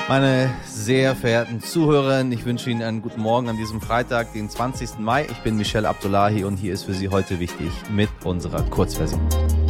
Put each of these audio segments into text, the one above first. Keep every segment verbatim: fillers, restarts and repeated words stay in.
Meine sehr verehrten Zuhörer, ich wünsche Ihnen einen guten Morgen an diesem Freitag, den zwanzigsten Mai. Ich bin Michel Abdullahi und hier ist für Sie heute wichtig mit unserer Kurzversion.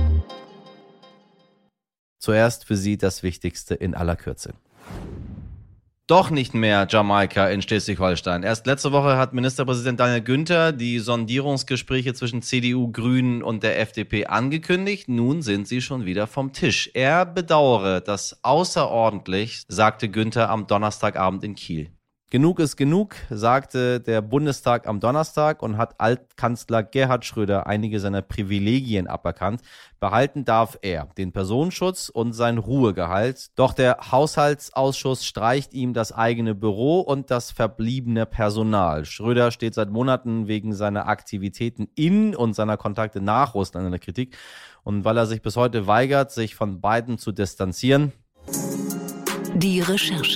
Zuerst für Sie das Wichtigste in aller Kürze. Doch nicht mehr Jamaika in Schleswig-Holstein. Erst letzte Woche hat Ministerpräsident Daniel Günther die Sondierungsgespräche zwischen C D U, Grünen und der F D P angekündigt. Nun sind sie schon wieder vom Tisch. Er bedauere das außerordentlich, sagte Günther am Donnerstagabend in Kiel. Genug ist genug, sagte der Bundestag am Donnerstag und hat Altkanzler Gerhard Schröder einige seiner Privilegien aberkannt. Behalten darf er den Personenschutz und sein Ruhegehalt. Doch der Haushaltsausschuss streicht ihm das eigene Büro und das verbliebene Personal. Schröder steht seit Monaten wegen seiner Aktivitäten in und seiner Kontakte nach Russland in der Kritik. Und weil er sich bis heute weigert, sich von beiden zu distanzieren. Die Recherche.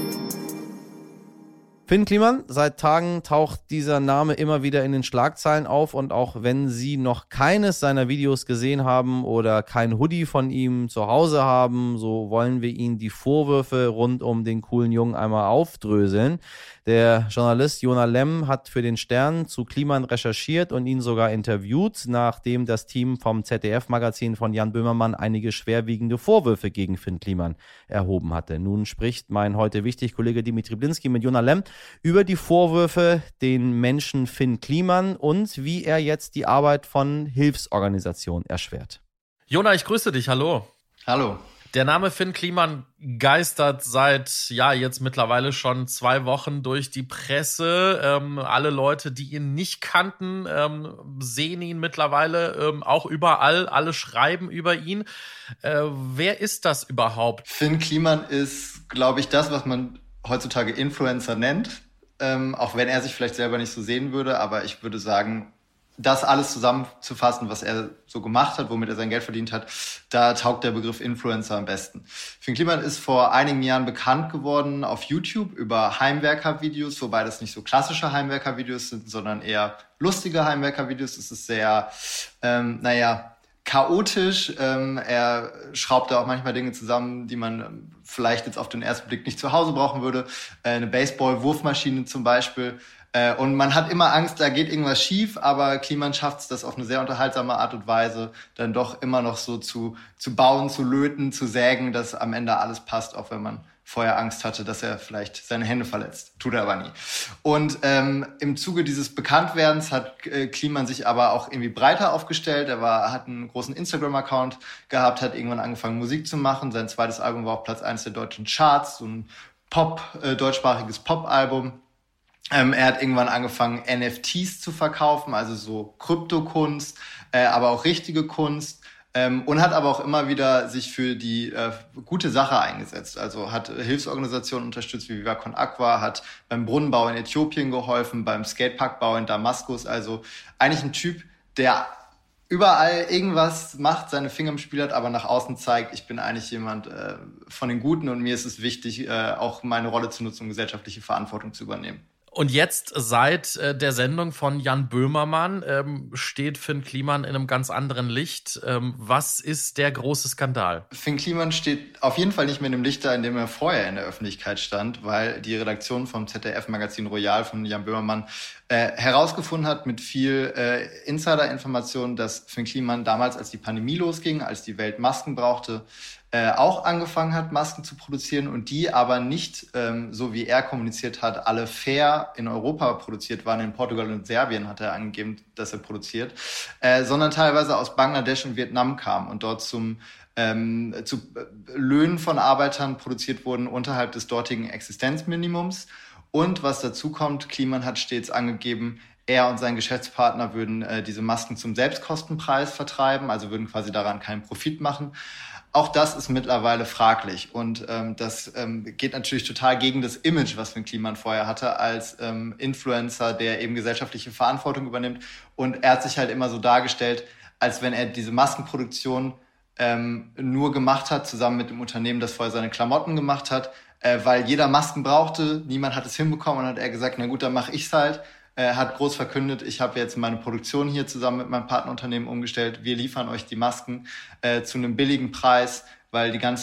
Finn Kliman, seit Tagen taucht dieser Name immer wieder in den Schlagzeilen auf und auch wenn Sie noch keines seiner Videos gesehen haben oder kein Hoodie von ihm zu Hause haben, so wollen wir Ihnen die Vorwürfe rund um den coolen Jungen einmal aufdröseln. Der Journalist Jona Lemm hat für den Stern zu Kliman recherchiert und ihn sogar interviewt, nachdem das Team vom Z D F-Magazin von Jan Böhmermann einige schwerwiegende Vorwürfe gegen Finn Kliman erhoben hatte. Nun spricht mein heute wichtig Kollege Dimitri Blinski mit Jona Lemm über die Vorwürfe, den Menschen Finn Kliman und wie er jetzt die Arbeit von Hilfsorganisationen erschwert. Jona, ich grüße dich, hallo. Hallo. Der Name Finn Kliman geistert seit, ja, jetzt mittlerweile schon zwei Wochen durch die Presse. Ähm, alle Leute, die ihn nicht kannten, ähm, sehen ihn mittlerweile ähm, auch überall. Alle schreiben über ihn. Äh, wer ist das überhaupt? Finn Kliman ist, glaube ich, das, was man heutzutage Influencer nennt. Ähm, auch wenn er sich vielleicht selber nicht so sehen würde. Aber ich würde sagen, das alles zusammenzufassen, was er so gemacht hat, womit er sein Geld verdient hat, da taugt der Begriff Influencer am besten. Finn Kliman ist vor einigen Jahren bekannt geworden auf YouTube über Heimwerker-Videos, wobei das nicht so klassische Heimwerker-Videos sind, sondern eher lustige Heimwerker-Videos. Es ist sehr, ähm, naja, chaotisch. Ähm, er schraubt da auch manchmal Dinge zusammen, die man vielleicht jetzt auf den ersten Blick nicht zu Hause brauchen würde. Äh, eine Baseball-Wurfmaschine zum Beispiel. Äh, und man hat immer Angst, da geht irgendwas schief, aber Kliman schafft es, das auf eine sehr unterhaltsame Art und Weise dann doch immer noch so zu, zu bauen, zu löten, zu sägen, dass am Ende alles passt, auch wenn man vorher Angst hatte, dass er vielleicht seine Hände verletzt. Tut er aber nie. Und ähm, im Zuge dieses Bekanntwerdens hat äh, Kliman sich aber auch irgendwie breiter aufgestellt. Er war, hat einen großen Instagram-Account gehabt, hat irgendwann angefangen, Musik zu machen. Sein zweites Album war auf Platz eins der deutschen Charts, so ein Pop, äh, deutschsprachiges Pop-Album. Ähm, er hat irgendwann angefangen, N F Ts zu verkaufen, also so Kryptokunst, äh, aber auch richtige Kunst. Ähm, und hat aber auch immer wieder sich für die äh, gute Sache eingesetzt. Also hat Hilfsorganisationen unterstützt wie Viva Con Aqua, hat beim Brunnenbau in Äthiopien geholfen, beim Skateparkbau in Damaskus. Also eigentlich ein Typ, der überall irgendwas macht, seine Finger im Spiel hat, aber nach außen zeigt, ich bin eigentlich jemand äh, von den Guten und mir ist es wichtig, äh, auch meine Rolle zu nutzen, um gesellschaftliche Verantwortung zu übernehmen. Und jetzt seit äh, der Sendung von Jan Böhmermann ähm, steht Finn Kliman in einem ganz anderen Licht. Ähm, was ist der große Skandal? Finn Kliman steht auf jeden Fall nicht mehr in dem Licht da, in dem er vorher in der Öffentlichkeit stand, weil die Redaktion vom Z D F-Magazin Royal von Jan Böhmermann äh, herausgefunden hat mit viel äh, Insider-Informationen, dass Finn Kliman damals, als die Pandemie losging, als die Welt Masken brauchte, Äh, auch angefangen hat, Masken zu produzieren und die aber nicht, ähm, so wie er kommuniziert hat, alle fair in Europa produziert waren. In Portugal und Serbien hat er angegeben, dass er produziert, äh, sondern teilweise aus Bangladesch und Vietnam kamen und dort zum ähm, zu Löhnen von Arbeitern produziert wurden unterhalb des dortigen Existenzminimums. Und was dazu kommt, Kliman hat stets angegeben, er und sein Geschäftspartner würden äh, diese Masken zum Selbstkostenpreis vertreiben, also würden quasi daran keinen Profit machen. Auch das ist mittlerweile fraglich und ähm, das ähm, geht natürlich total gegen das Image, was Finn Kliman vorher hatte als ähm, Influencer, der eben gesellschaftliche Verantwortung übernimmt. Und er hat sich halt immer so dargestellt, als wenn er diese Maskenproduktion ähm, nur gemacht hat, zusammen mit dem Unternehmen, das vorher seine Klamotten gemacht hat, äh, weil jeder Masken brauchte, niemand hat es hinbekommen und hat er gesagt, na gut, dann mache ich's halt. Er hat groß verkündet, ich habe jetzt meine Produktion hier zusammen mit meinem Partnerunternehmen umgestellt. Wir liefern euch die Masken äh, zu einem billigen Preis, weil die ganzen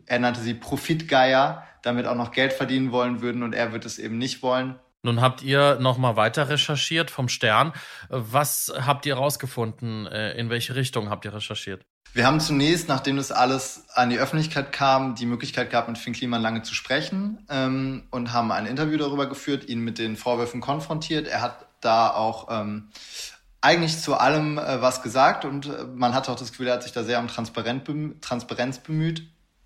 er nannte sie Profitgeier, damit auch noch Geld verdienen wollen würden und er wird es eben nicht wollen. Nun habt ihr noch mal weiter recherchiert vom Stern. Was habt ihr rausgefunden? In welche Richtung habt ihr recherchiert? Wir haben zunächst, nachdem das alles an die Öffentlichkeit kam, die Möglichkeit gehabt, mit Finn Kliman lange zu sprechen ähm, und haben ein Interview darüber geführt, ihn mit den Vorwürfen konfrontiert. Er hat da auch ähm, eigentlich zu allem äh, was gesagt und äh, man hat auch das Gefühl, er hat sich da sehr um Transparenz, bemü- Transparenz bemüht.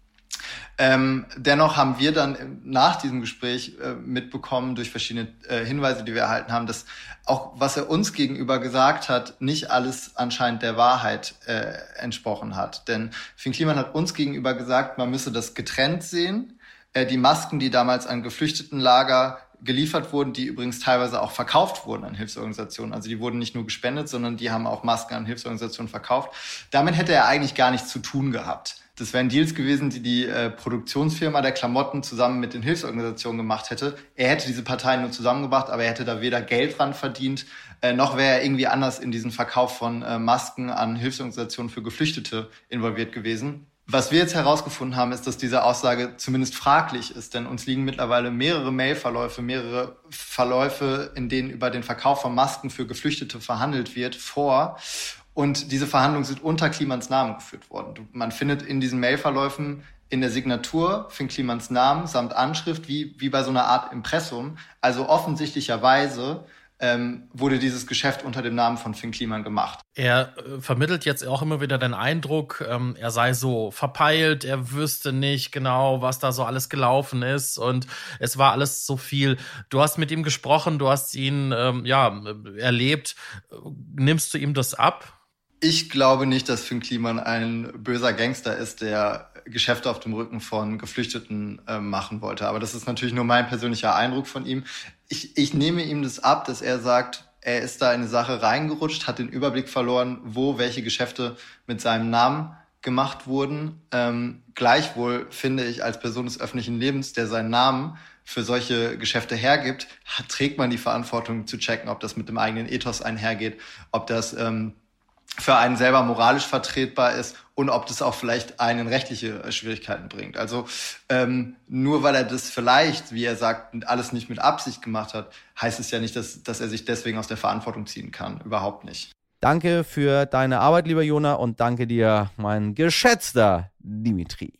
Ähm, dennoch haben wir dann nach diesem Gespräch äh, mitbekommen, durch verschiedene äh, Hinweise, die wir erhalten haben, dass auch, was er uns gegenüber gesagt hat, nicht alles anscheinend der Wahrheit äh, entsprochen hat. Denn Finn Kliman hat uns gegenüber gesagt, man müsse das getrennt sehen. Äh, die Masken, die damals an Geflüchtetenlager geliefert wurden, die übrigens teilweise auch verkauft wurden an Hilfsorganisationen. Also die wurden nicht nur gespendet, sondern die haben auch Masken an Hilfsorganisationen verkauft. Damit hätte er eigentlich gar nichts zu tun gehabt. Das wären Deals gewesen, die die äh, Produktionsfirma der Klamotten zusammen mit den Hilfsorganisationen gemacht hätte. Er hätte diese Parteien nur zusammengebracht, aber er hätte da weder Geld dran verdient, äh, noch wäre er irgendwie anders in diesen Verkauf von äh, Masken an Hilfsorganisationen für Geflüchtete involviert gewesen. Was wir jetzt herausgefunden haben, ist, dass diese Aussage zumindest fraglich ist, denn uns liegen mittlerweile mehrere Mailverläufe, mehrere Verläufe, in denen über den Verkauf von Masken für Geflüchtete verhandelt wird, vor. Und diese Verhandlungen sind unter Klimans Namen geführt worden. Man findet in diesen Mailverläufen in der Signatur Finn Klimans Namen samt Anschrift wie, wie bei so einer Art Impressum. Also offensichtlicherweise ähm, wurde dieses Geschäft unter dem Namen von Finn Kliman gemacht. Er äh, vermittelt jetzt auch immer wieder den Eindruck, ähm, er sei so verpeilt, er wüsste nicht genau, was da so alles gelaufen ist und es war alles so viel. Du hast mit ihm gesprochen, du hast ihn ähm, ja erlebt. Nimmst du ihm das ab? Ich glaube nicht, dass Finn Kliman ein böser Gangster ist, der Geschäfte auf dem Rücken von Geflüchteten äh, machen wollte. Aber das ist natürlich nur mein persönlicher Eindruck von ihm. Ich, ich nehme ihm das ab, dass er sagt, er ist da in eine Sache reingerutscht, hat den Überblick verloren, wo welche Geschäfte mit seinem Namen gemacht wurden. Ähm, gleichwohl finde ich, als Person des öffentlichen Lebens, der seinen Namen für solche Geschäfte hergibt, hat, trägt man die Verantwortung zu checken, ob das mit dem eigenen Ethos einhergeht, ob das ähm, für einen selber moralisch vertretbar ist und ob das auch vielleicht einen rechtliche Schwierigkeiten bringt. Also ähm, nur weil er das vielleicht, wie er sagt, alles nicht mit Absicht gemacht hat, heißt es ja nicht, dass, dass er sich deswegen aus der Verantwortung ziehen kann. Überhaupt nicht. Danke für deine Arbeit, lieber Jona, und danke dir, mein geschätzter Dimitri.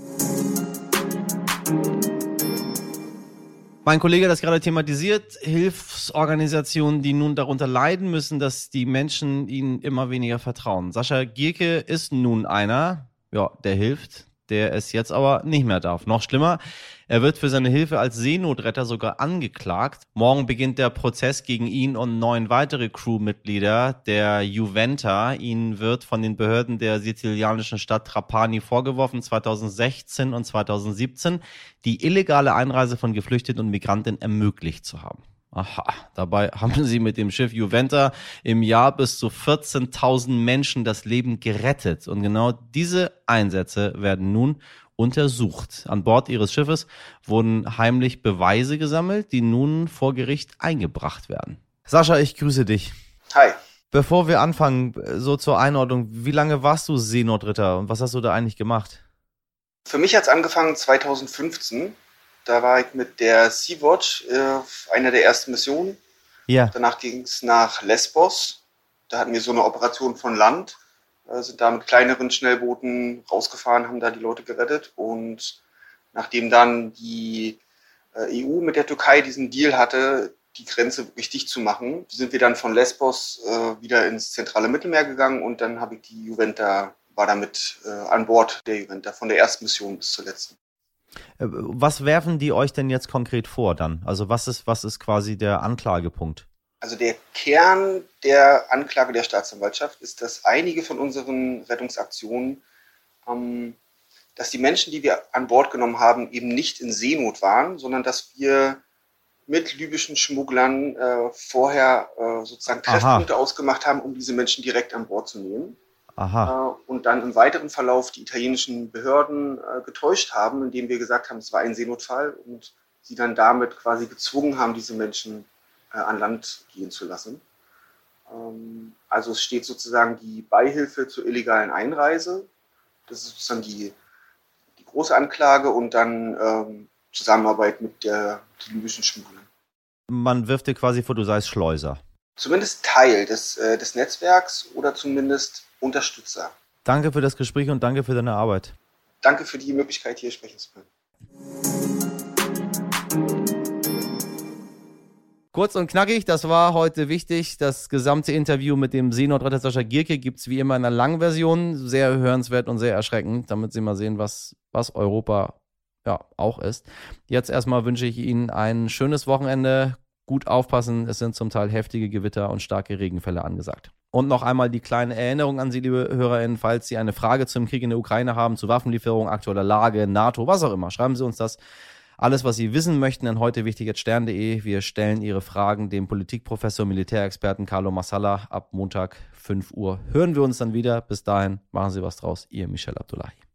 Mein Kollege hat das gerade thematisiert, Hilfsorganisationen, die nun darunter leiden müssen, dass die Menschen ihnen immer weniger vertrauen. Sascha Gierke ist nun einer, ja, der hilft, der es jetzt aber nicht mehr darf. Noch schlimmer, er wird für seine Hilfe als Seenotretter sogar angeklagt. Morgen beginnt der Prozess gegen ihn und neun weitere Crewmitglieder der Juventa. Ihnen wird von den Behörden der sizilianischen Stadt Trapani vorgeworfen, zweitausendsechzehn und zweitausendsiebzehn die illegale Einreise von Geflüchteten und Migranten ermöglicht zu haben. Aha, dabei haben sie mit dem Schiff Juventa im Jahr bis zu vierzehntausend Menschen das Leben gerettet. Und genau diese Einsätze werden nun untersucht. An Bord ihres Schiffes wurden heimlich Beweise gesammelt, die nun vor Gericht eingebracht werden. Sascha, ich grüße dich. Hi. Bevor wir anfangen, so zur Einordnung, wie lange warst du Seenotretter und was hast du da eigentlich gemacht? Für mich hat es angefangen zweitausendfünfzehn. Da war ich mit der Sea-Watch äh, einer der ersten Missionen. Ja. Danach ging es nach Lesbos. Da hatten wir so eine Operation von Land. Äh, sind da mit kleineren Schnellbooten rausgefahren, haben da die Leute gerettet. Und nachdem dann die äh, E U mit der Türkei diesen Deal hatte, die Grenze wirklich dicht zu machen, sind wir dann von Lesbos äh, wieder ins zentrale Mittelmeer gegangen. Und dann habe ich die Juventa, war damit äh, an Bord der Juventa, von der ersten Mission bis zur letzten. Was werfen die euch denn jetzt konkret vor dann? Also was ist, was ist quasi der Anklagepunkt? Also der Kern der Anklage der Staatsanwaltschaft ist, dass einige von unseren Rettungsaktionen, ähm, dass die Menschen, die wir an Bord genommen haben, eben nicht in Seenot waren, sondern dass wir mit libyschen Schmugglern äh, vorher äh, sozusagen Treffpunkte Aha. ausgemacht haben, um diese Menschen direkt an Bord zu nehmen. Aha. Und dann im weiteren Verlauf die italienischen Behörden äh, getäuscht haben, indem wir gesagt haben, es war ein Seenotfall und sie dann damit quasi gezwungen haben, diese Menschen äh, an Land gehen zu lassen. Ähm, also es steht sozusagen die Beihilfe zur illegalen Einreise. Das ist sozusagen die, die große Anklage und dann ähm, Zusammenarbeit mit der libyschen Schmugglern. Man wirft dir quasi vor, du seist Schleuser. Zumindest Teil des, äh, des Netzwerks oder zumindest Unterstützer. Danke für das Gespräch und danke für deine Arbeit. Danke für die Möglichkeit, hier sprechen zu können. Kurz und knackig, das war heute wichtig. Das gesamte Interview mit dem Seenotretter Sascha Gierke gibt es wie immer in einer langen Version. Sehr hörenswert und sehr erschreckend, damit Sie mal sehen, was, was Europa ja auch ist. Jetzt erstmal wünsche ich Ihnen ein schönes Wochenende. Gut aufpassen, es sind zum Teil heftige Gewitter und starke Regenfälle angesagt. Und noch einmal die kleine Erinnerung an Sie, liebe HörerInnen, falls Sie eine Frage zum Krieg in der Ukraine haben, zu Waffenlieferung, aktueller Lage, NATO, was auch immer, schreiben Sie uns das. Alles, was Sie wissen möchten, an heute wichtig at stern punkt de. Wir stellen Ihre Fragen dem Politikprofessor, Militärexperten Carlo Massala. Ab Montag fünf Uhr hören wir uns dann wieder. Bis dahin, machen Sie was draus. Ihr Michel Abdullahi.